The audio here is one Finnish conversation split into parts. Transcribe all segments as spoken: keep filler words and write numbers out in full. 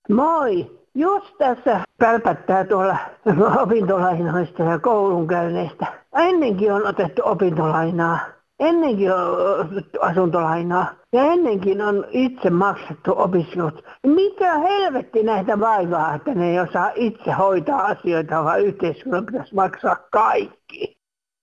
Moi! Just tässä pälpättää tuolla opintolainoista ja koulunkäynneistä. Ennenkin on otettu opintolainaa. Ennenkin on otettu asuntolainaa. Ja ennenkin on itse maksettu opiskelut. Mitä helvetti näitä vaivaa, että ne ei osaa itse hoitaa asioita, vaan yhteiskunnan pitäisi maksaa kaikki.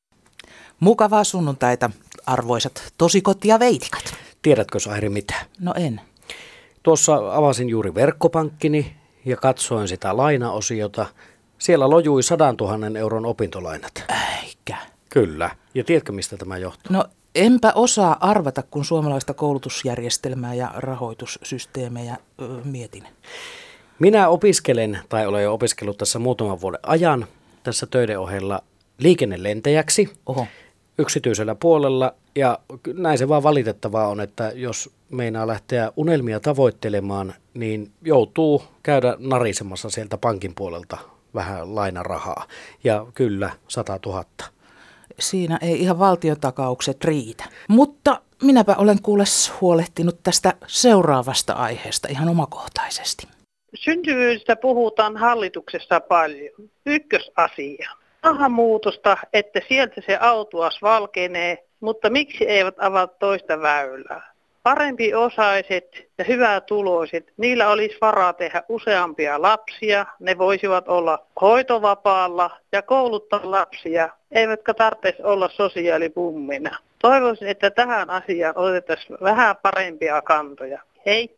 Mukavaa sunnuntaita, arvoisat tosikot ja veitikat. Tiedätkö, Sairi, mitä? No en. Tuossa avasin juuri verkkopankkini ja katsoin sitä lainaosiota. Siellä lojui sadantuhannen euron opintolainat. Eikä. Kyllä. Ja tiedätkö, mistä tämä johtuu? No enpä osaa arvata, kun suomalaista koulutusjärjestelmää ja rahoitussysteemejä öö, mietin. Minä opiskelen, tai olen jo opiskellut tässä muutaman vuoden ajan, tässä töiden ohella liikennelentäjäksi. Oho. Yksityisellä puolella, ja näin se vaan valitettavaa on, että jos meinaa lähteä unelmia tavoittelemaan, niin joutuu käydä narisemassa sieltä pankin puolelta vähän lainarahaa. Ja kyllä, sata tuhatta. Siinä ei ihan valtiotakaukset riitä. Mutta minäpä olen kuules huolehtinut tästä seuraavasta aiheesta ihan omakohtaisesti. Syntyvyydestä puhutaan hallituksessa paljon. Ykkösasia. Maahanmuutosta, että sieltä se autuas valkenee, mutta miksi eivät avaa toista väylää? Parempiosaiset ja hyvätuloiset, niillä olisi varaa tehdä useampia lapsia, ne voisivat olla hoitovapaalla ja kouluttaa lapsia, eivätkä tarvitsisi olla sosiaalipummina. Toivoisin, että tähän asiaan otettaisiin vähän parempia kantoja. Hei!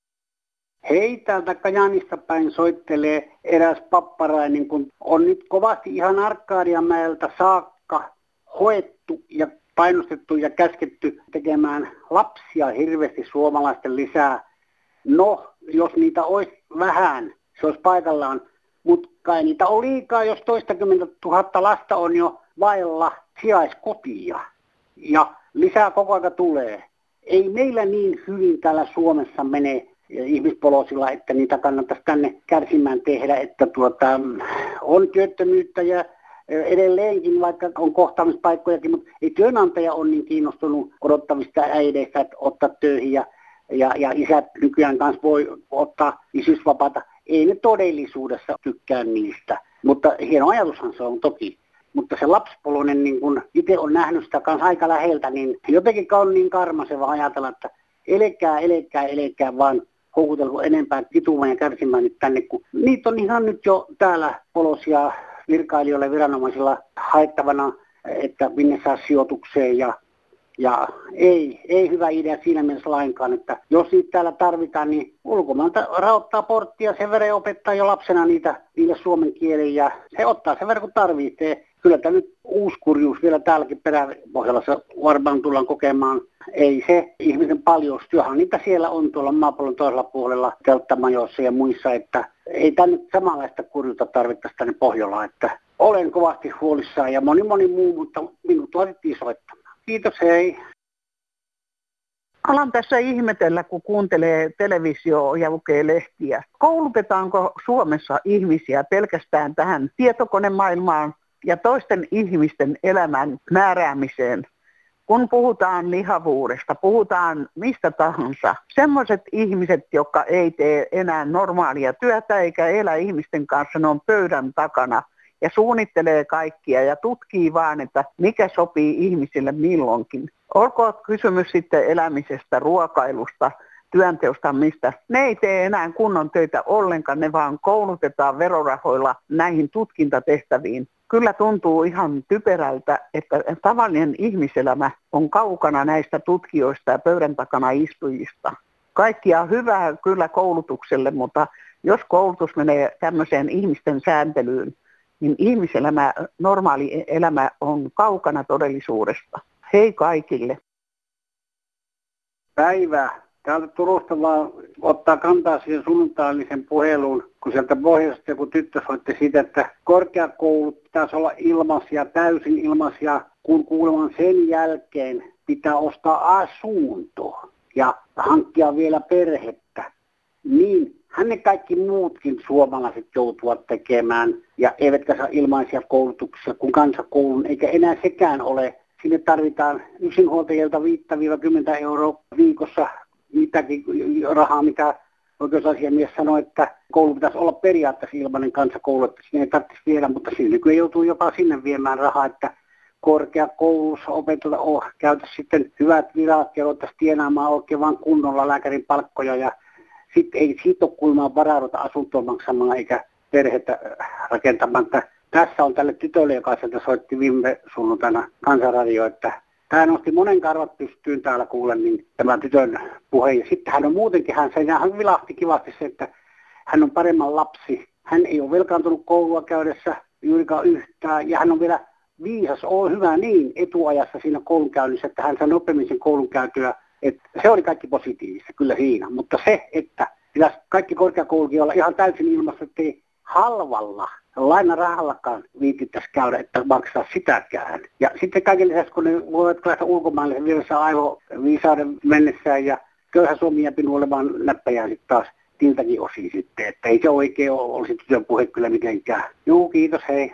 Hei, täältä Kajaanista päin soittelee eräs papparainen, kun on nyt kovasti ihan Arkadianmäeltä saakka hoettu ja painostettu ja käsketty tekemään lapsia hirveästi suomalaisten lisää. No, jos niitä olisi vähän, se olisi paikallaan, mutta kai niitä on liikaa, jos toistakymmentä tuhatta lasta on jo vailla sijaiskotia ja lisää koko ajan tulee. Ei meillä niin hyvin täällä Suomessa mene ihmispolosilla, että niitä kannattaisi tänne kärsimään tehdä, että tuota, on työttömyyttä ja edelleenkin, vaikka on kohtaamispaikkojakin, mutta ei työnantaja ole niin kiinnostunut odottavista äideistä, että ottaa töihin ja, ja, ja isät nykyään kanssa voi ottaa isyysvapaata. Ei ne todellisuudessa tykkää niistä, mutta hieno ajatushan se on toki. Mutta se lapsipoloinen, niin kun itse on nähnyt sitä kanssa aika läheltä, niin jotenkin on niin karmaseva ajatella, että elekää, elekää, elekää vaan houkutelko enempää kitumaan ja kärsimään nyt tänne, kun niitä on ihan nyt jo täällä polosia virkailijoille viranomaisilla haettavana, että minne saa sijoitukseen ja, ja ei, ei hyvä idea siinä mielessä lainkaan, että jos niitä täällä tarvitaan, niin ulkomailta raottaa porttia, sen verran opettaa jo lapsena niitä, niille suomen kielen ja se ottaa sen verran kun tarvitsee. Kyllä tämä nyt uusi kurjuus vielä täälläkin Peräpohjolassa varmaan tullaan kokemaan. Ei se ihmisen paljoustyöhän, niitä siellä on tuolla maapallon toisella puolella Telttamajoissa ja muissa, että ei tänne samanlaista kurjuutta tarvittaisi tänne Pohjolaan. Että olen kovasti huolissaan ja moni moni muu, mutta minut laitettiin soittamaan. Kiitos, hei. Alan tässä ihmetellä, kun kuuntelee televisio ja lukee lehtiä. Koulutetaanko Suomessa ihmisiä pelkästään tähän tietokonemaailmaan ja toisten ihmisten elämän määräämiseen? Kun puhutaan lihavuudesta, puhutaan mistä tahansa. Semmoiset ihmiset, jotka ei tee enää normaalia työtä eikä elä ihmisten kanssa, ne on pöydän takana ja suunnittelee kaikkia ja tutkii vaan, että mikä sopii ihmisille milloinkin. Olkoon kysymys sitten elämisestä, ruokailusta, työnteosta, mistä. Ne ei tee enää kunnon töitä ollenkaan, ne vaan koulutetaan verorahoilla näihin tutkintatehtäviin. Kyllä tuntuu ihan typerältä, että tavallinen ihmiselämä on kaukana näistä tutkijoista ja pöydän takana istujista. Kaikkia hyvää kyllä koulutukselle, mutta jos koulutus menee tämmöiseen ihmisten sääntelyyn, niin ihmiselämä, normaali elämä on kaukana todellisuudesta. Hei kaikille. Päivä. Täältä Turusta vaan ottaa kantaa siihen sunnuntailisen puheluun, kun sieltä pohjoisesta joku tyttö soitti siitä, että korkeakoulut pitäisi olla ilmaisia, täysin ilmaisia, kun kuuleman sen jälkeen pitää ostaa asunto ja hankkia vielä perhettä. Niin hänen kaikki muutkin suomalaiset joutuvat tekemään ja eivätkä saa ilmaisia koulutuksia kuin kansakoulun, eikä enää sekään ole. Sinne tarvitaan yksinhuoltajilta viisi kymmenen euroa viikossa mitäkin rahaa, mitä oikeusasiamies sanoi, että koulu pitäisi olla periaatteessa ilmainen kansakoulu, että sinne ei tarvitsisi viedä, mutta siinä nykyään joutuu jopa sinne viemään rahaa, että korkeakoulussa opetella oh, käytä sitten hyvät virat ja voitaisiin tienaamaan oikein vaan kunnolla lääkärin palkkoja ja sitten ei siitä ole kuulemaan varauduta asuntoa maksamaan eikä perhettä rakentamaan. Tässä on tälle tytölle, joka sieltä soitti viime sunnuntaina Kansanradio, että tämä nosti monen karvat pystyyn täällä kuulen, niin tämän tytön puhe. Ja sitten hän on muutenkin, hän, sen, hän vilahti kivasti se, että hän on paremman lapsi. Hän ei ole velkaantunut koulua käydessä juurikaan yhtään ja hän on vielä viisas, on hyvä niin etuajassa siinä koulunkäynnissä, että hän saa nopeammin koulunkäytyä. Että se oli kaikki positiivista kyllä siinä, mutta se, että pitäisi kaikki korkeakoulukin olla ihan täysin ilmassa, ettei halvalla, lainarahallakaan viitittäisi käydä, että maksaa sitäkään. Ja sitten kaiken lisäksi, kun ne voivat päästä ulkomaille vielä aivoviisauden mennessään ja köyhä Suomi jääpi nuolemaan näppäjään sitten taas tiltäkin osin sitten, että ei se oikein ole, olisi tytön puhe kyllä mitenkään. Juu, kiitos, hei.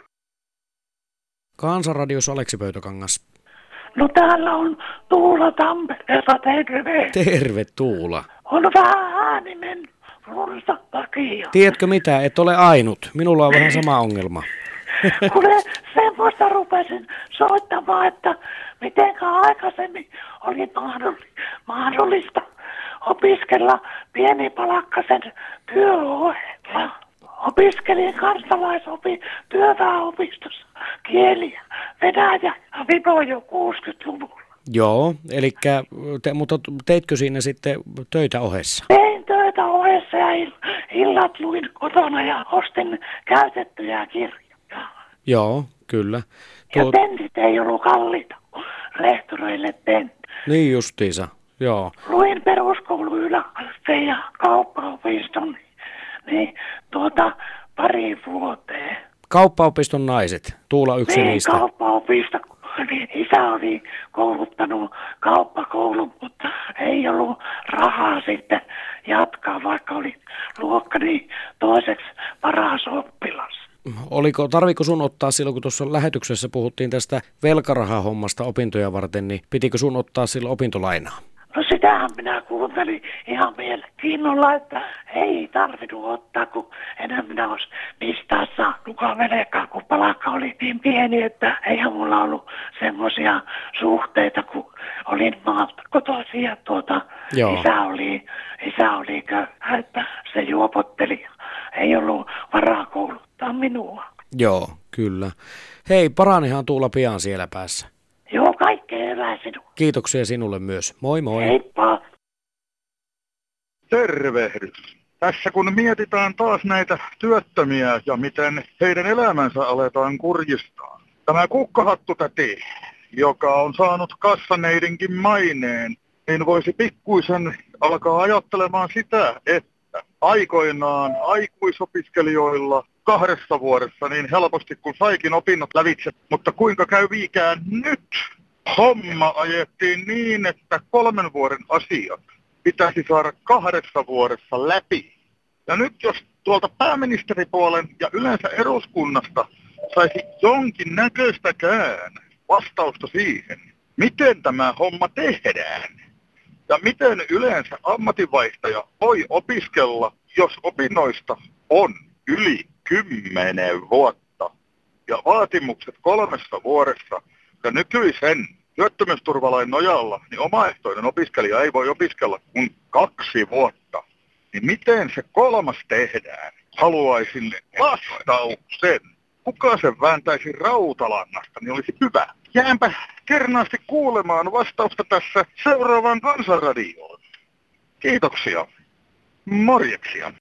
Kansanradiossa Aleksi Pöytökangas. No täällä on Tuula Tampereelta, terve. Terve Tuula. On vähän ääni mennyt flunssa takia. Tiedätkö mitä, et ole ainut. Minulla on vähän sama ongelma. Kuule, semmoista rupesin soittamaan, että mitenkä aikaisemmin oli mahdollista opiskella pienipalakkaisen työohjelma. Opiskelin kansalaisopi työväenopistossa kieliä, venäjä ja vino jo kuusikymmentäluvulla. Joo, eli te, mutta teitkö siinä sitten töitä ohessa? Tein töitä ohessa ja illat luin kotona ja ostin käytettyjä kirjoja. Joo, kyllä. Tuo... Ja tentit ei ollut kalliita, lehtoreille tentit. Niin justiinsa, joo. Luin peruskoulu yläasteen ja kauppaopiston. Niin, tuota, pari vuoteen. Kauppaopiston naiset, Tuula yksi niin, niistä. Kauppaopisto, niin isä oli kouluttanut kauppakoulun, mutta ei ollut rahaa sitten jatkaa, vaikka oli luokkani toiseksi paras oppilas. Oliko, tarviko sun ottaa silloin, kun tuossa lähetyksessä puhuttiin tästä velkarahahommasta opintoja varten, niin pitikö sun ottaa silloin opintolainaa? No sitähän minä kuuntelin ihan mielenkiinnolla, että ei tarvinnut ottaa, kun enää minä olisi mistään saanutkaan velkaa, kun palkka oli niin pieni, että eihän mulla ollut semmoisia suhteita, kun olin maalta kotoisin ja tuota, isä oli, isä oli köyhä, että se juopotteli ja ei ollut varaa kouluttaa minua. Joo, kyllä. Hei, paranihan Tuula pian siellä päässä. Joo, kaikkea hyvää sinulle. Kiitoksia sinulle myös. Moi moi. Heippa. Tervehdys. Tässä kun mietitään taas näitä työttömiä ja miten heidän elämänsä aletaan kurjistaa. Tämä kukkahattutäti, joka on saanut kassaneidenkin maineen, niin voisi pikkuisen alkaa ajattelemaan sitä, että aikoinaan aikuisopiskelijoilla kahdessa vuodessa niin helposti kun saikin opinnot lävitse, mutta kuinka käy viikään nyt? Homma ajettiin niin, että kolmen vuoden asiat pitäisi saada kahdessa vuodessa läpi. Ja nyt jos tuolta pääministeripuolen ja yleensä eduskunnasta saisi jonkin näköistäkään vastausta siihen, miten tämä homma tehdään. Ja miten yleensä ammatinvaihtaja voi opiskella, jos opinnoista on yli kymmenen vuotta. Ja vaatimukset kolmessa vuodessa ja nykyisen työttömyysturvalain nojalla, niin omaehtoinen opiskelija ei voi opiskella kuin kaksi vuotta. Niin miten se kolmas tehdään? Haluaisin vastauksen. Kuka sen vääntäisi rautalangasta, niin olisi hyvä. Jäänpä kernaasti kuulemaan vastausta tässä seuraavaan Kansanradioon. Kiitoksia. Morjeksia.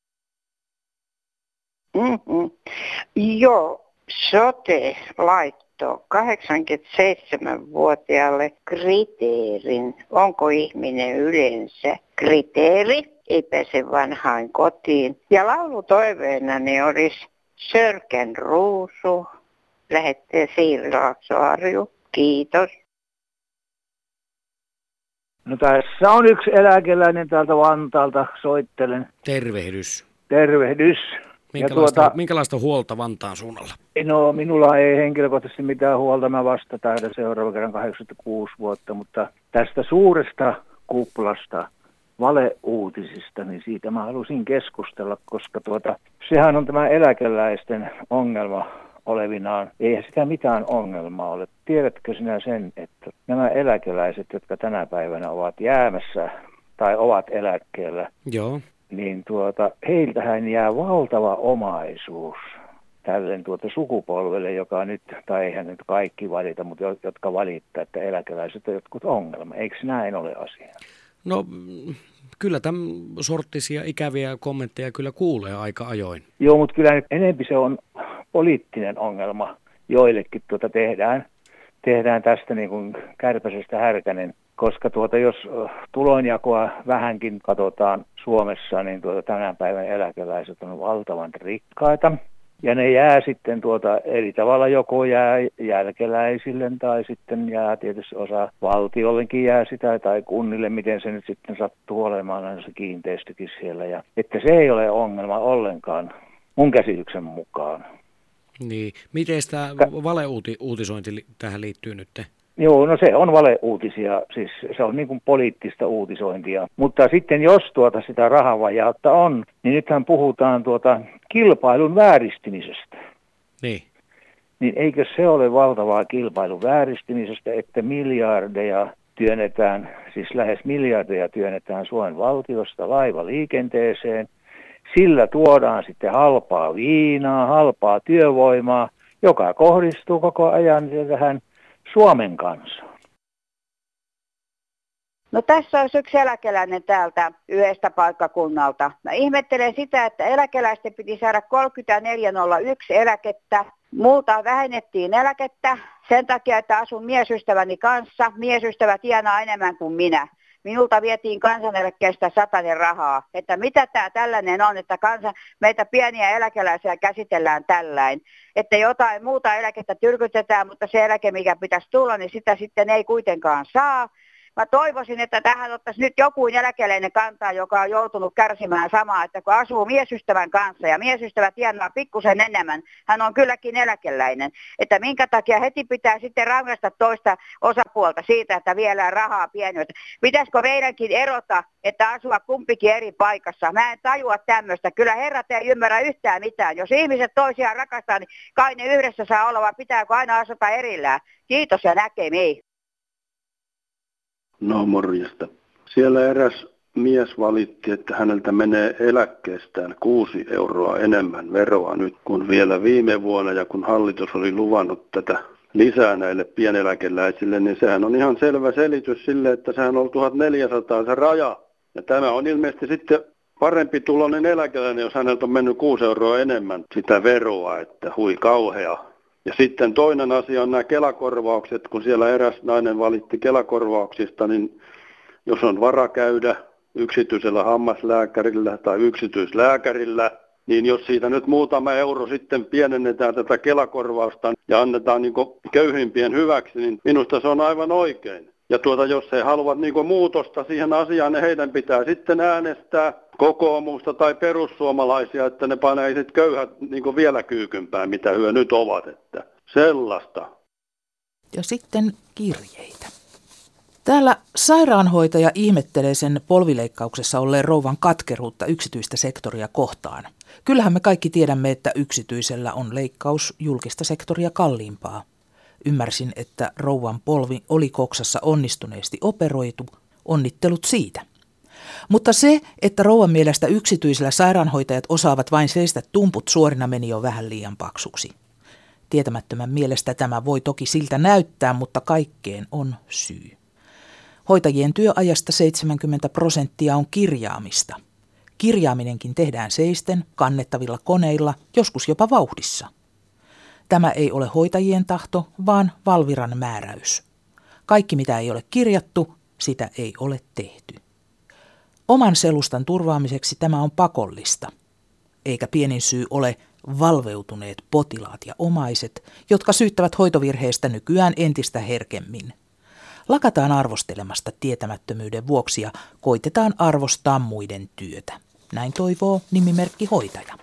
Mm-hmm. Joo, sote laittoi kahdeksankymmentäseitsemänvuotiaalle kriteerin, onko ihminen yleensä kriteeri, ei pääse vanhaan kotiin. Ja laulutoiveena ne olisi Sörkän ruusu, lähetteen Siiri Laaksoharju. Kiitos. No tässä on yksi eläkeläinen täältä Vantaalta, soittelen. Tervehdys. Tervehdys. Minkälaista, tuota, minkälaista huolta Vantaan suunnalla? No minulla ei henkilökohtaisesti mitään huolta, mä vasta tähdän seuraavan kerran kahdeksankymmentäkuusi vuotta, mutta tästä suuresta kuplasta valeuutisista, niin siitä mä halusin keskustella, koska tuota, sehän on tämä eläkeläisten ongelma olevinaan. Eihän sitä mitään ongelmaa ole. Tiedätkö sinä sen, että nämä eläkeläiset, jotka tänä päivänä ovat jäämässä tai ovat eläkkeellä, Joo. niin tuota, heiltähän jää valtava omaisuus tälle tuota sukupolvelle, joka nyt, tai eihän nyt kaikki valita, mutta jotka valittaa, että eläkeläiset on jotkut ongelma. Eikö näin ole asia? No kyllä tämän sorttisia ikäviä kommentteja kyllä kuulee aika ajoin. Joo, mutta kyllä enempi se on poliittinen ongelma. Joillekin tuota tehdään, tehdään tästä niin kuin kärpäsestä härkänen, koska tuota, jos tulonjakoa vähänkin katsotaan Suomessa, niin tuota, tänä päivän eläkeläiset on valtavan rikkaita. Ja ne jää sitten tuota eri tavalla, joko jää jälkeläisille tai sitten jää tietysti osa valtiollekin jää sitä tai kunnille, miten se nyt sitten sattuu olemaan se kiinteistökin siellä. Ja, että se ei ole ongelma ollenkaan mun käsityksen mukaan. Niin, miten tämä valeuutisointi tähän liittyy nyt? Joo, no se on valeuutisia, siis se on niin kuin poliittista uutisointia. Mutta sitten jos tuota sitä rahavajautta on, niin nythän puhutaan tuota kilpailun vääristymisestä. Niin. Niin eikö se ole valtavaa kilpailun vääristymisestä, että miljardeja työnnetään, siis lähes miljardeja työnnetään Suomen valtiosta laivaliikenteeseen. Sillä tuodaan sitten halpaa viinaa, halpaa työvoimaa, joka kohdistuu koko ajan tähän Suomen kansaan. No tässä on yksi eläkeläinen täältä yhdestä paikkakunnalta. Mä ihmettelen sitä, että eläkeläisten piti saada kolmekymmentäneljä nolla yksi eläkettä. Multa vähennettiin eläkettä sen takia, että asun miesystäväni kanssa. Miesystävä tienaa enemmän kuin minä. Minulta vietiin kansaneläkkeestä satanen rahaa. Että mitä tämä tällainen on, että kansan, meitä pieniä eläkeläisiä käsitellään tällain. Että jotain muuta eläkettä tyrkytetään, mutta se eläke, mikä pitäisi tulla, niin sitä sitten ei kuitenkaan saa. Mä toivoisin, että tähän ottaisi nyt joku eläkeläinen kantaa, joka on joutunut kärsimään samaa, että kun asuu miesystävän kanssa ja miesystävä tienaa pikkusen enemmän, hän on kylläkin eläkeläinen. Että minkä takia heti pitää sitten rangaista toista osapuolta siitä, että vielä rahaa pienemmät. Pitäisikö meidänkin erota, että asua kumpikin eri paikassa? Mä en tajua tämmöistä. Kyllä herrat ei ymmärrä yhtään mitään. Jos ihmiset toisiaan rakastaa, niin kai ne yhdessä saa olla, vai pitääkö aina asuta erillään? Kiitos ja näkemiin. No morjesta. Siellä eräs mies valitti, että häneltä menee eläkkeestään kuusi euroa enemmän veroa nyt kuin vielä viime vuonna. Ja kun hallitus oli luvannut tätä lisää näille pieneläkeläisille, niin sehän on ihan selvä selitys sille, että sehän on tuhatneljäsataa se raja. Ja tämä on ilmeisesti sitten parempi tuloinen eläkeläinen, jos häneltä on mennyt kuusi euroa enemmän sitä veroa, että hui kauhea. Ja sitten toinen asia on nämä Kelakorvaukset, kun siellä eräs nainen valitti Kelakorvauksista, niin jos on vara käydä yksityisellä hammaslääkärillä tai yksityislääkärillä, niin jos siitä nyt muutama euro sitten pienennetään tätä Kelakorvausta ja annetaan niin kuin köyhimpien hyväksi, niin minusta se on aivan oikein. Ja tuota, jos he haluavat niin kuin muutosta siihen asiaan, niin heidän pitää sitten äänestää kokoomusta tai perussuomalaisia, että ne paneisit köyhät niin kuin vielä kyykympään, mitä hyö nyt ovat. Että sellaista. Ja sitten kirjeitä. Täällä sairaanhoitaja ihmettelee sen polvileikkauksessa olleen rouvan katkeruutta yksityistä sektoria kohtaan. Kyllähän me kaikki tiedämme, että yksityisellä on leikkaus julkista sektoria kalliimpaa. Ymmärsin, että rouvan polvi oli Koksassa onnistuneesti operoitu. Onnittelut siitä. Mutta se, että rouvan mielestä yksityisellä sairaanhoitajat osaavat vain seistä tumput suorina, meni jo vähän liian paksuksi. Tietämättömän mielestä tämä voi toki siltä näyttää, mutta kaikkeen on syy. Hoitajien työajasta seitsemänkymmentä prosenttia on kirjaamista. Kirjaaminenkin tehdään seisten, kannettavilla koneilla, joskus jopa vauhdissa. Tämä ei ole hoitajien tahto, vaan Valviran määräys. Kaikki, mitä ei ole kirjattu, sitä ei ole tehty. Oman selustan turvaamiseksi tämä on pakollista, eikä pienin syy ole valveutuneet potilaat ja omaiset, jotka syyttävät hoitovirheistä nykyään entistä herkemmin. Lakataan arvostelemasta tietämättömyyden vuoksi ja koitetaan arvostaa muiden työtä. Näin toivoo nimimerkki hoitaja.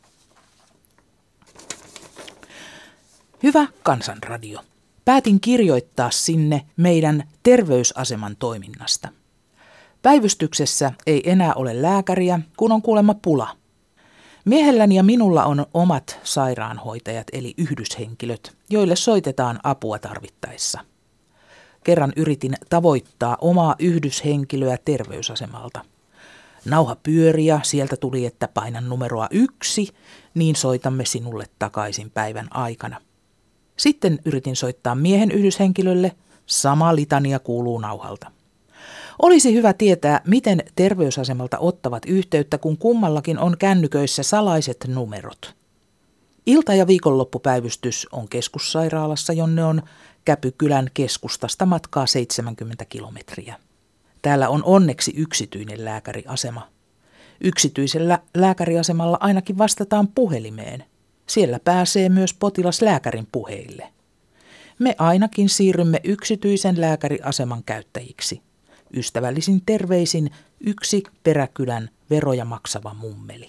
Hyvä Kansanradio. Päätin kirjoittaa sinne meidän terveysaseman toiminnasta. Päivystyksessä ei enää ole lääkäriä, kun on kuulemma pula. Miehelläni ja minulla on omat sairaanhoitajat eli yhdyshenkilöt, joille soitetaan apua tarvittaessa. Kerran yritin tavoittaa omaa yhdyshenkilöä terveysasemalta. Nauha pyöri ja sieltä tuli, että painan numeroa yksi, niin soitamme sinulle takaisin päivän aikana. Sitten yritin soittaa miehen yhdyshenkilölle, sama litania kuuluu nauhalta. Olisi hyvä tietää, miten terveysasemalta ottavat yhteyttä, kun kummallakin on kännyköissä salaiset numerot. Ilta- ja viikonloppupäivystys on keskussairaalassa, jonne on Käpykylän keskustasta matkaa seitsemänkymmentä kilometriä. Täällä on onneksi yksityinen lääkäriasema. Yksityisellä lääkäriasemalla ainakin vastataan puhelimeen. Siellä pääsee myös potilas lääkärin puheille. Me ainakin siirrymme yksityisen lääkäriaseman käyttäjiksi. Ystävällisin terveisin yksi Peräkylän veroja maksava mummeli.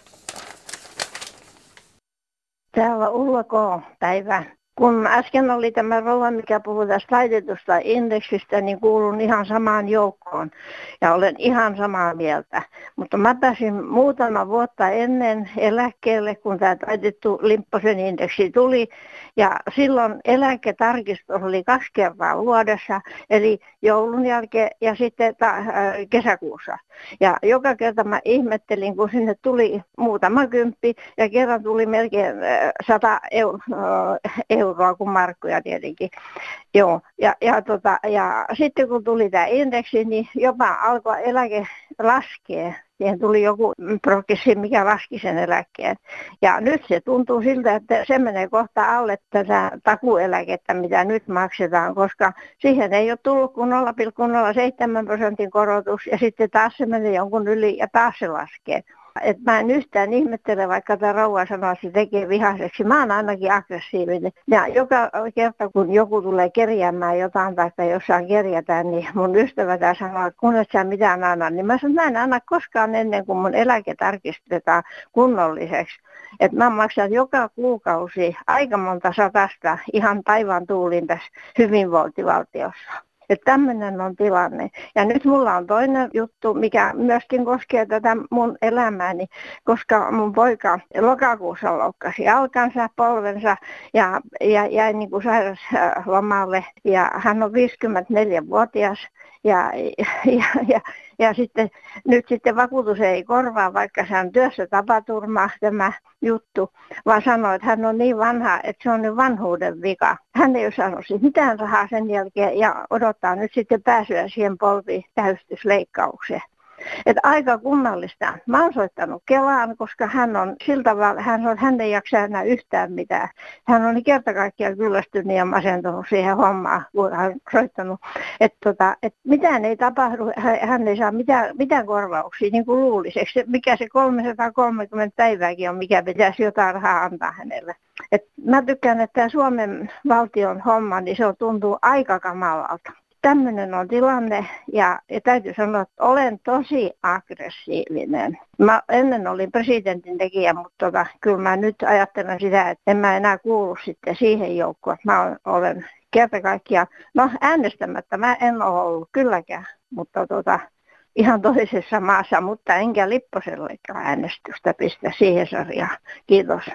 Täällä ulkopäivä. Kun äsken oli tämä rouva, mikä puhui tästä laitetusta indeksistä, niin kuulun ihan samaan joukkoon ja olen ihan samaa mieltä. Mutta mä pääsin muutama vuotta ennen eläkkeelle, kun tämä taitettu Lipposen indeksi tuli. Ja silloin eläketarkistus oli kaksi kertaa vuodessa, eli joulun jälkeen ja sitten ta- äh, kesäkuussa. Ja joka kerta mä ihmettelin, kun sinne tuli muutama kymppi ja kerran tuli melkein äh, sata eu- äh, euroa kuin markkuja tietenkin. Joo. Ja, ja, tota, ja sitten kun tuli tämä indeksi, niin jopa alkoi eläke laskea. Siihen tuli joku progressi, mikä laski sen eläkkeen. Ja nyt se tuntuu siltä, että se menee kohta alle tätä takueläkettä, mitä nyt maksetaan, koska siihen ei ole tullut kuin nolla pilkku nolla seitsemän prosentin korotus ja sitten taas se menee jonkun yli ja taas se laskee. Et mä en yhtään ihmettele, vaikka tämä rouva sanoo, että se tekee vihaiseksi. Mä oon ainakin aggressiivinen. Ja joka kerta, kun joku tulee kerjäämään jotain tai jossain kerjätään, niin mun ystävä tää sanoo, että kun et sä mitään anna, niin mä sanon, että mä en anna koskaan ennen kuin mun eläke tarkistetaan kunnolliseksi. Että mä maksan joka kuukausi aika monta satasta ihan taivaan tuulin tässä hyvinvointivaltiossa. Että tämmöinen on tilanne. Ja nyt mulla on toinen juttu, mikä myöskin koskee tätä mun elämääni, koska mun poika lokakuussa loukkasi jalkansa, polvensa ja, ja jäi niin kuin sairaslomalle. Ja hän on viisikymmentäneljävuotias ja, ja, ja, ja sitten, nyt sitten vakuutus ei korvaa, vaikka se on työssä tapaturma tämä juttu, vaan sanoi, että hän on niin vanha, että se on nyt vanhuuden vika. Hän ei ole saanut siis mitään rahaa sen jälkeen ja odottaa nyt sitten pääsyä siihen polvitähystysleikkaukseen. Että aika kunnallista. Mä oon soittanut Kelaan, koska hän on sillä tavalla, hän, on, hän ei jaksa enää yhtään mitään. Hän on kerta kaikkiaan kyllästynyt ja masentunut siihen hommaan, kun hän on soittanut. Että tota, et mitään ei tapahdu, hän ei saa mitään, mitään korvauksia, niin kuin luuliseksi. Mikä se kolmesataakolmekymmentä päivääkin on, mikä pitäisi jotain rahaa antaa hänelle. Et mä tykkään, että tämä Suomen valtion homma, niin se on, tuntuu aika kamalalta. Tämmöinen on tilanne ja, ja täytyy sanoa, että olen tosi aggressiivinen. Mä ennen olin presidentin tekijä, mutta tota, kyllä mä nyt ajattelen sitä, että en mä enää kuulu sitten siihen joukkoon. Mä olen kerta kaikkiaan, no äänestämättä mä en ole ollut kylläkään, mutta tota, ihan toisessa maassa, mutta enkä Lipposellekaan äänestystä pistä siihen sarjaan. Kiitos.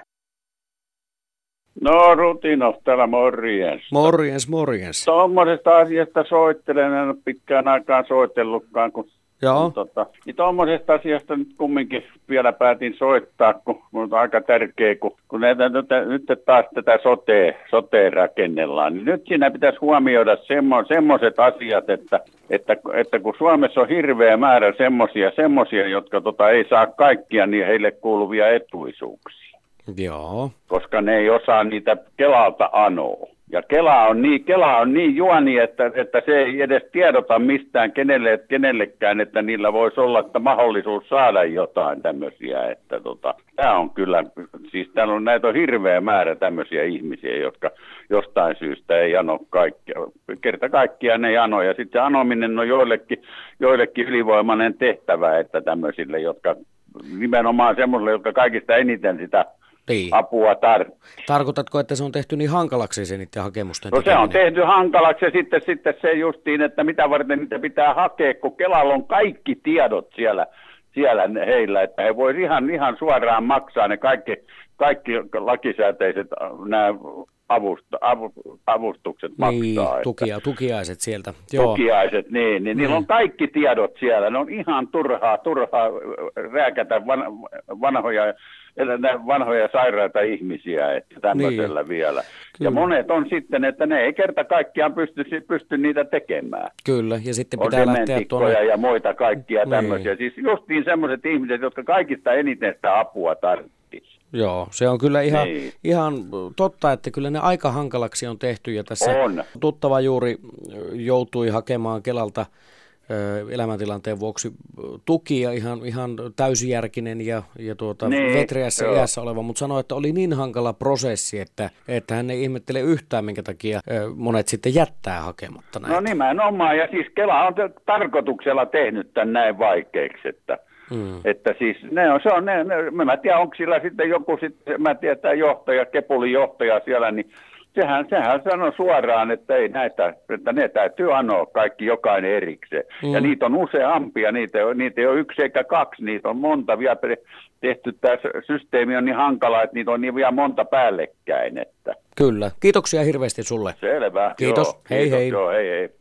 No Rutinov täällä morjens. Morjens, morjens. Tuommoisesta asiasta soittelen, en ole pitkään aikaan soitellutkaan, kun, kun tota, niin tuommoisesta asiasta nyt kumminkin vielä päätin soittaa, kun on aika tärkeä, kun, kun näitä, nyt, nyt taas tätä sotea, sotea rakennellaan, niin nyt siinä pitäisi huomioida semmo, semmoiset asiat, että, että, että kun Suomessa on hirveä määrä semmoisia, semmoisia jotka tota, ei saa kaikkia niin heille kuuluvia etuisuuksia. Joo. Koska ne ei osaa niitä Kelalta anoa. Ja Kela on niin, Kela on niin juoni, että, että se ei edes tiedota mistään kenelle, kenellekään, että niillä voisi olla että mahdollisuus saada jotain tämmöisiä. Että tota, tämä on kyllä, siis täällä on näitä on hirveä määrä tämmöisiä ihmisiä, jotka jostain syystä ei ano kaikkea. Kerta kaikkiaan ei ano. Ja sitten se anominen on joillekin, joillekin ylivoimainen tehtävä, että tämmöisille, jotka nimenomaan semmoisille, jotka kaikista eniten sitä niin. apua tarvitsee. Tarkoitatko, että se on tehty niin hankalaksi se niiden hakemusten No se tekeminen? on tehty hankalaksi ja sitten, sitten se justiin, että mitä varten niitä pitää hakea, kun Kelalla on kaikki tiedot siellä, siellä heillä, että he voisivat ihan, ihan suoraan maksaa ne kaikki, kaikki lakisääteiset nämä avusta, avu, avustukset niin, maksaa. tukia, että, tukiaiset sieltä. Tukiaiset, niin, niin mm. niillä on kaikki tiedot siellä. Ne on ihan turhaa, turhaa rääkätä van, vanhoja, vanhoja sairaita ihmisiä, että tämmöisellä niin. vielä. Kyllä. Ja monet on sitten, että ne ei kerta kaikkiaan pysty, pysty niitä tekemään. Kyllä, ja sitten on pitää lähteä tuonne. Ja muita kaikkia niin. tämmöisiä. Siis justiin semmoiset ihmiset, jotka kaikista eniten sitä apua tarvitsee. Joo, se on kyllä ihan, niin. ihan totta, että kyllä ne aika hankalaksi on tehty ja tässä on. Tuttava juuri joutui hakemaan Kelalta ö, elämäntilanteen vuoksi tukia, ihan, ihan täysijärkinen ja, ja tuota, niin, vetreässä iässä oleva, mutta sanoi, että oli niin hankala prosessi, että, että hän ei ihmettele yhtään, minkä takia ö, monet sitten jättää hakematta näitä. No nimenomaan, ja siis Kela on tarkoituksella tehnyt tämän näin vaikeaksi, että Mm. Että siis ne on, se on, ne, ne, mä en tiedä, onko sillä sitten joku, sitten, mä tiedän, tämä johtaja, Kepulin johtaja siellä, niin sehän, sehän sanoi suoraan, että ei näitä, että ne täytyy anoa kaikki jokainen erikseen. Mm. Ja niitä on useampia, niitä, niitä ei ole yksi eikä kaksi, niitä on monta vielä tehty, tämä systeemi on niin hankala, että niitä on niin vielä monta päällekkäin. Että. Kyllä, kiitoksia hirveästi sulle. Selvä. Kiitos, joo, hei kiitos, hei. Joo, hei hei.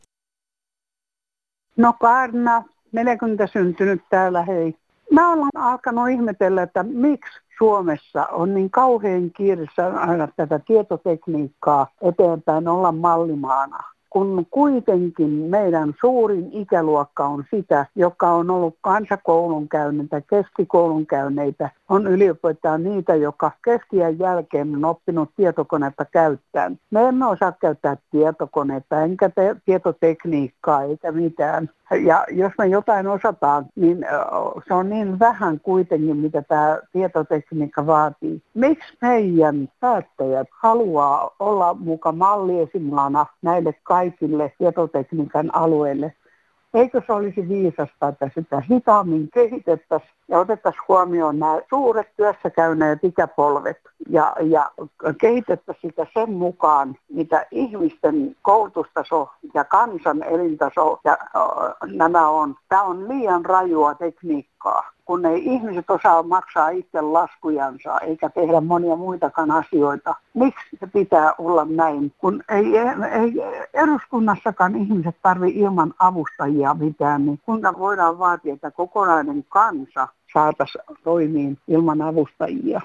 No Karna, neljäkymmentä syntynyt täällä, hei. Mä olen alkanut ihmetellä, että miksi Suomessa on niin kauhean kiireessä aina tätä tietotekniikkaa eteenpäin olla mallimaana. Kun kuitenkin meidän suurin ikäluokka on sitä, joka on ollut kansakoulun käyneitä, keskikoulun käyneitä, on yliopistoa niitä, joka keskiän jälkeen on oppinut tietokonetta käyttämään. Me emme osaa käyttää tietokonetta, enkä te- tietotekniikkaa eikä mitään. Ja jos me jotain osataan, niin se on niin vähän kuitenkin, mitä tämä tietotekniikka vaatii. Miksi meidän päättäjät haluaa olla muka malliesimaana näille kaikille tietotekniikan alueille? Eikö se olisi viisasta, että sitä hitaammin kehitettäisiin ja otettaisiin huomioon nämä suuret työssäkäyneet ikäpolvet ja, ja kehitettäisiin sitä sen mukaan, mitä ihmisten koulutustaso ja kansan elintaso ja nämä on. Tämä on liian rajua tekniikkaa, kun ei ihmiset osaa maksaa itse laskujansa eikä tehdä monia muitakaan asioita. Miksi se pitää olla näin, kun ei, ei eduskunnassakaan ihmiset tarvitse ilman avustajia mitään, niin kuinka voidaan vaatia, että kokonainen kansa saataisiin toimiin ilman avustajia?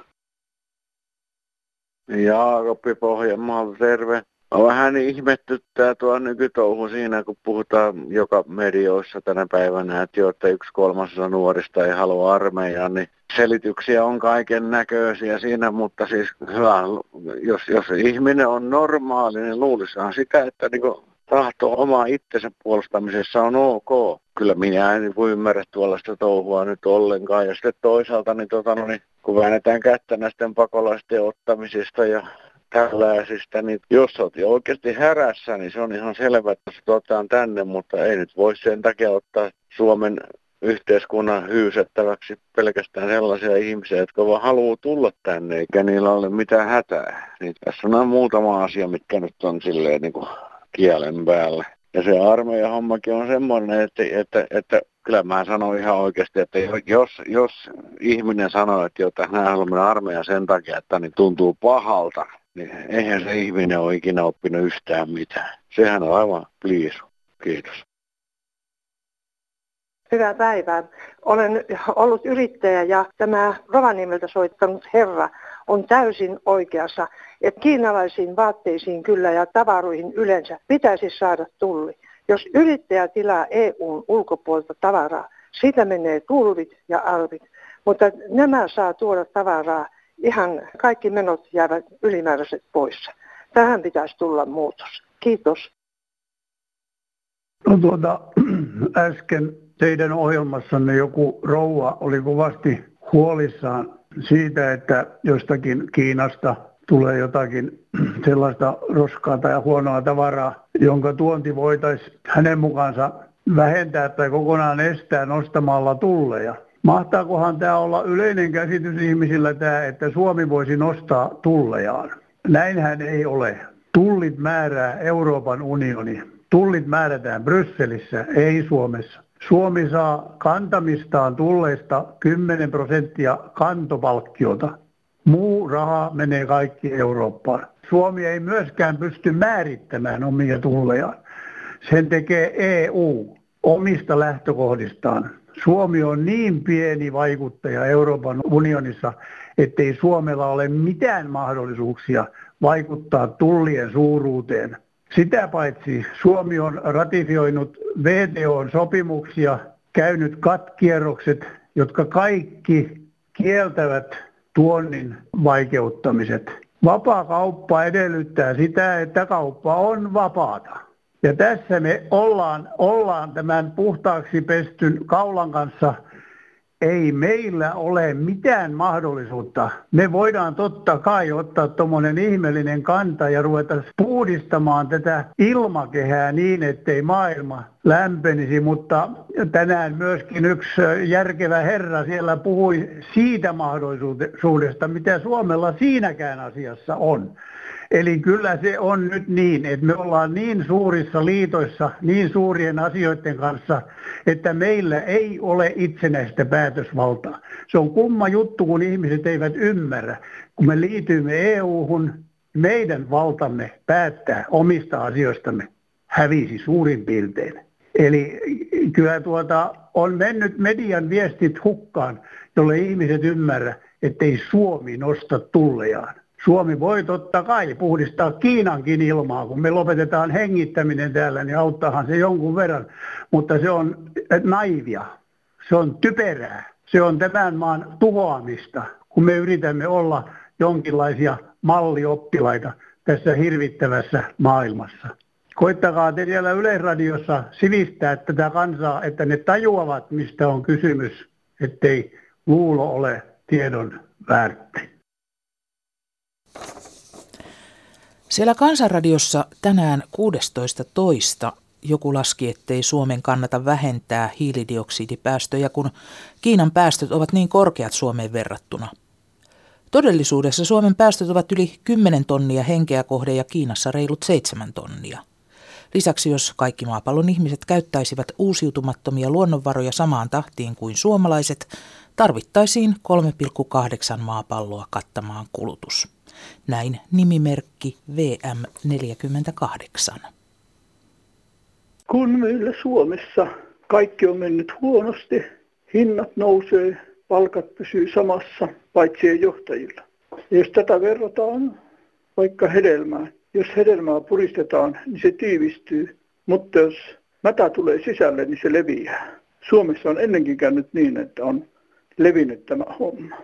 Jaakopi Pohjanmaalta, terve. Vähän ihmettyttää tuo nykytouhu siinä, kun puhutaan joka medioissa tänä päivänä, että jo, että yksi kolmasosa nuorista ei halua armeijaa, niin selityksiä on kaiken näköisiä siinä, mutta siis hyvä, jos, jos ihminen on normaali, niin luulisaan sitä, että niin tahto oma itsensä puolustamisessa on ok. Kyllä minä en voi ymmärrä tuollaista touhua nyt ollenkaan. Ja sitten toisaalta, niin, tota, no, niin, kun väännetään kättä näisten pakolaisten ottamisesta ja tällaisista, niin jos olet oikeasti härässä, niin se on ihan selvä, että se otetaan tänne, mutta ei nyt voi sen takia ottaa Suomen yhteiskunnan hyysettäväksi pelkästään sellaisia ihmisiä, jotka vaan haluaa tulla tänne, eikä niillä ole mitään hätää. Niin tässä on muutama asia, mitkä nyt on silleen niin kuin kielen päällä. Ja se armeijan hommakin on semmoinen, että, että, että kyllä mä sanon ihan oikeasti, että jos, jos ihminen sanoo, että jota hän haluaa mennä armeijan sen takia, että niin tuntuu pahalta, niin eihän se ihminen ole ikinä oppinut yhtään mitään. Sehän on aivan pliisu. Kiitos. Hyvää päivää. Olen ollut yrittäjä ja tämä Rovaniemeltä soittanut herra on täysin oikeassa, että kiinalaisiin vaatteisiin kyllä ja tavaroihin yleensä pitäisi saada tulli. Jos yrittäjä tilaa E U:n ulkopuolelta tavaraa, siitä menee tullit ja alvit, mutta nämä saa tuoda tavaraa, ihan kaikki menot jäävät ylimääräiset pois. Tähän pitäisi tulla muutos. Kiitos. No tuota, äsken teidän ohjelmassanne joku rouva oli kovasti huolissaan siitä, että jostakin Kiinasta tulee jotakin sellaista roskaa tai huonoa tavaraa, jonka tuonti voitaisiin hänen mukaansa vähentää tai kokonaan estää nostamalla tulleja. Mahtaakohan tämä olla yleinen käsitys ihmisillä tämä, että Suomi voisi nostaa tullejaan? Näinhän ei ole. Tullit määrää Euroopan unioni. Tullit määrätään Brysselissä, ei Suomessa. Suomi saa kantamistaan tulleista kymmenen prosenttia kantopalkkiota. Muu raha menee kaikki Eurooppaan. Suomi ei myöskään pysty määrittämään omia tullejaan. Sen tekee E U omista lähtökohdistaan. Suomi on niin pieni vaikuttaja Euroopan unionissa, ettei Suomella ole mitään mahdollisuuksia vaikuttaa tullien suuruuteen. Sitä paitsi Suomi on ratifioinut V T O-sopimuksia, käynyt katkierrokset, jotka kaikki kieltävät tuonnin vaikeuttamiset. Vapaa kauppa edellyttää sitä, että kauppa on vapaata. Ja tässä me ollaan, ollaan tämän puhtaaksi pestyn kaulan kanssa. Ei meillä ole mitään mahdollisuutta. Me voidaan totta kai ottaa tuommoinen ihmeellinen kanta ja ruveta puhdistamaan tätä ilmakehää niin, ettei maailma lämpenisi. Mutta tänään myöskin yksi järkevä herra siellä puhui siitä mahdollisuudesta, mitä Suomella siinäkään asiassa on. Eli kyllä se on nyt niin, että me ollaan niin suurissa liitoissa, niin suurien asioiden kanssa, että meillä ei ole itsenäistä päätösvaltaa. Se on kumma juttu, kun ihmiset eivät ymmärrä. Kun me liityimme E U-hun, meidän valtamme päättää omista asioistamme hävisi suurin piirtein. Eli kyllä tuota, on mennyt median viestit hukkaan, jolle ihmiset ymmärrä, ettei Suomi nosta tullejaan. Suomi voi totta kai puhdistaa Kiinankin ilmaa, kun me lopetetaan hengittäminen täällä, niin auttaahan se jonkun verran. Mutta se on naivia, se on typerää, se on tämän maan tuhoamista, kun me yritämme olla jonkinlaisia mallioppilaita tässä hirvittävässä maailmassa. Koittakaa te siellä Yleisradiossa sivistää tätä kansaa, että ne tajuavat, mistä on kysymys, ettei luulo ole tiedon väärtti. Siellä Kansanradiossa tänään kuudestoista toista joku laski, ettei Suomen kannata vähentää hiilidioksidipäästöjä, kun Kiinan päästöt ovat niin korkeat Suomeen verrattuna. Todellisuudessa Suomen päästöt ovat yli kymmenen tonnia henkeä kohden ja Kiinassa reilut seitsemän tonnia. Lisäksi jos kaikki maapallon ihmiset käyttäisivät uusiutumattomia luonnonvaroja samaan tahtiin kuin suomalaiset, tarvittaisiin kolme pilkku kahdeksan maapalloa kattamaan kulutus. Näin nimimerkki V M neljäkymmentäkahdeksan. Kun meillä Suomessa kaikki on mennyt huonosti, hinnat nousee, palkat pysyy samassa, paitsi johtajilla. Ja jos tätä verrataan vaikka hedelmään, jos hedelmää puristetaan, niin se tiivistyy, mutta jos mätä tulee sisälle, niin se leviää. Suomessa on ennenkin käynyt niin, että on levinnyt tämä homma.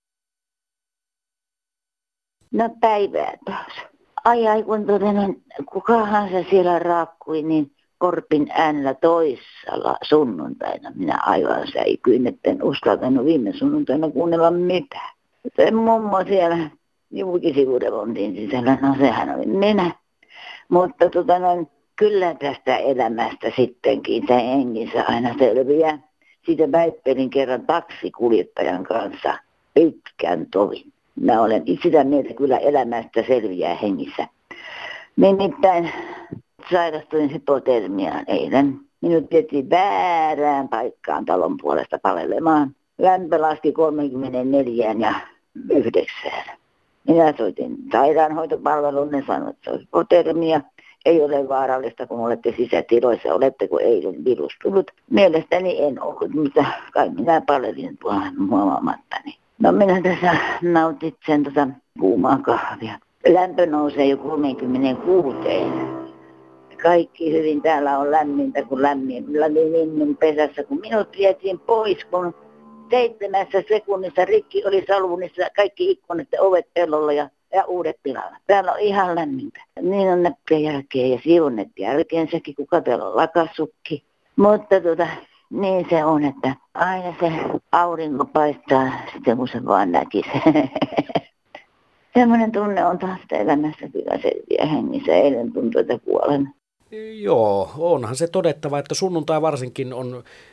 No päivää taas. Ai ai kun todennäköinen, kukahan se siellä raakkui niin Korpin äänellä toisella sunnuntaina. Minä aivan säikyin, etten uskaltanut viime sunnuntaina kuunnella mitään. Se mummo siellä julkisivuremontin sisällä, no sehän oli minä. Mutta tota noin, kyllä tästä elämästä sittenkin se hengissä aina selviää. Siitä väittelin kerran taksikuljettajan kanssa pitkän tovin. Mä olen sitä mieltä kyllä elämästä selviää hengissä. Nimittäin sairastuin hypotermiaan eilen. Minut vietiin väärään paikkaan talon puolesta palelemaan. Lämpö laski kolmekymmentäneljä ja yhdeksään. Minä soitin sairaanhoitopalveluun, ne sanoivat, että se on hypotermia. Ei ole vaarallista, kun olette sisätiloissa, oletteko eilen virus tullut. Mielestäni en ollut, mutta kai minä palelin tuolla huomaamattani. No minä tässä nautitsen tuota kuumaa kahvia. Lämpö nousee jo kolmekymmentäkuusi. Kaikki hyvin, täällä on lämmintä kuin lämmin. Linnun pesässä, kun minut vietiin pois, kun seitsemässä sekunnissa rikki oli salvunissa kaikki ikkunat ja ovet pellolla ja, ja uudet pilalla. Täällä on ihan lämmintä. Niin on näppien jälkeen ja siivonnet jälkeensäkin, kuka täällä on lakassukki. Mutta tota, niin se on, että aina se aurinko paistaa sitten, kun se vaan näkisi. Semmoinen tunne on taas elämässä kyllä selviä hengissä. Eilen tuntui, että kuolen. Joo, onhan se todettava, että sunnuntai varsinkin on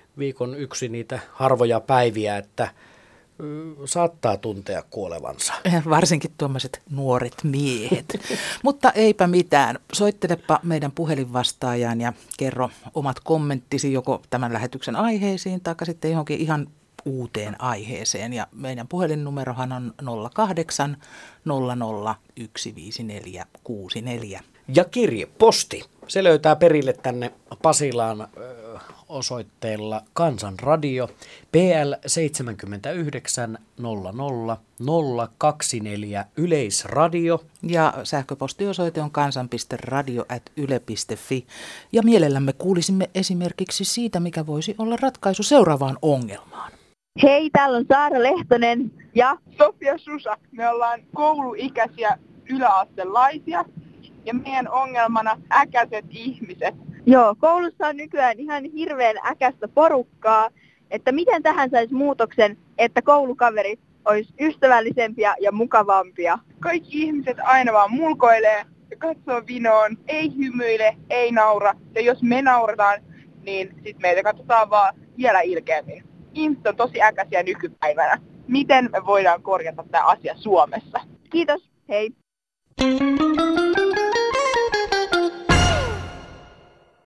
viikon yksi niitä harvoja päiviä, että saattaa tuntea kuolevansa. Varsinkin tuommoiset nuoret miehet. Mutta eipä mitään. Soittelepa meidän puhelinvastaajaan ja kerro omat kommenttisi joko tämän lähetyksen aiheisiin tai sitten johonkin ihan uuteen aiheeseen. Ja meidän puhelinnumerohan on nolla kahdeksan nolla nolla yksi viisi neljä kuusi neljä. Ja kirje, posti. Se löytää perille tänne Pasilaan osoitteella Kansanradio P L seitsemänkymmentäyhdeksän nolla nolla nolla kaksikymmentäneljä Yleisradio. Ja sähköpostiosoite on kansan piste radio ät yle piste fi. Ja mielellämme kuulisimme esimerkiksi siitä, mikä voisi olla ratkaisu seuraavaan ongelmaan. Hei, täällä on Saara Lehtonen ja Sofia Susa. Me ollaan kouluikäisiä yläastelaisia ja meidän ongelmana äkäiset ihmiset. Joo, koulussa on nykyään ihan hirveän äkäistä porukkaa, että miten tähän saisi muutoksen, että koulukaverit olisi ystävällisempiä ja mukavampia. Kaikki ihmiset aina vaan mulkoilee ja katsoo vinoon, ei hymyile, ei naura. Ja jos me naurataan, niin sitten meitä katsotaan vaan vielä ilkeämmin. Ihmiset on tosi äkäisiä nykypäivänä. Miten me voidaan korjata tämä asia Suomessa? Kiitos, hei!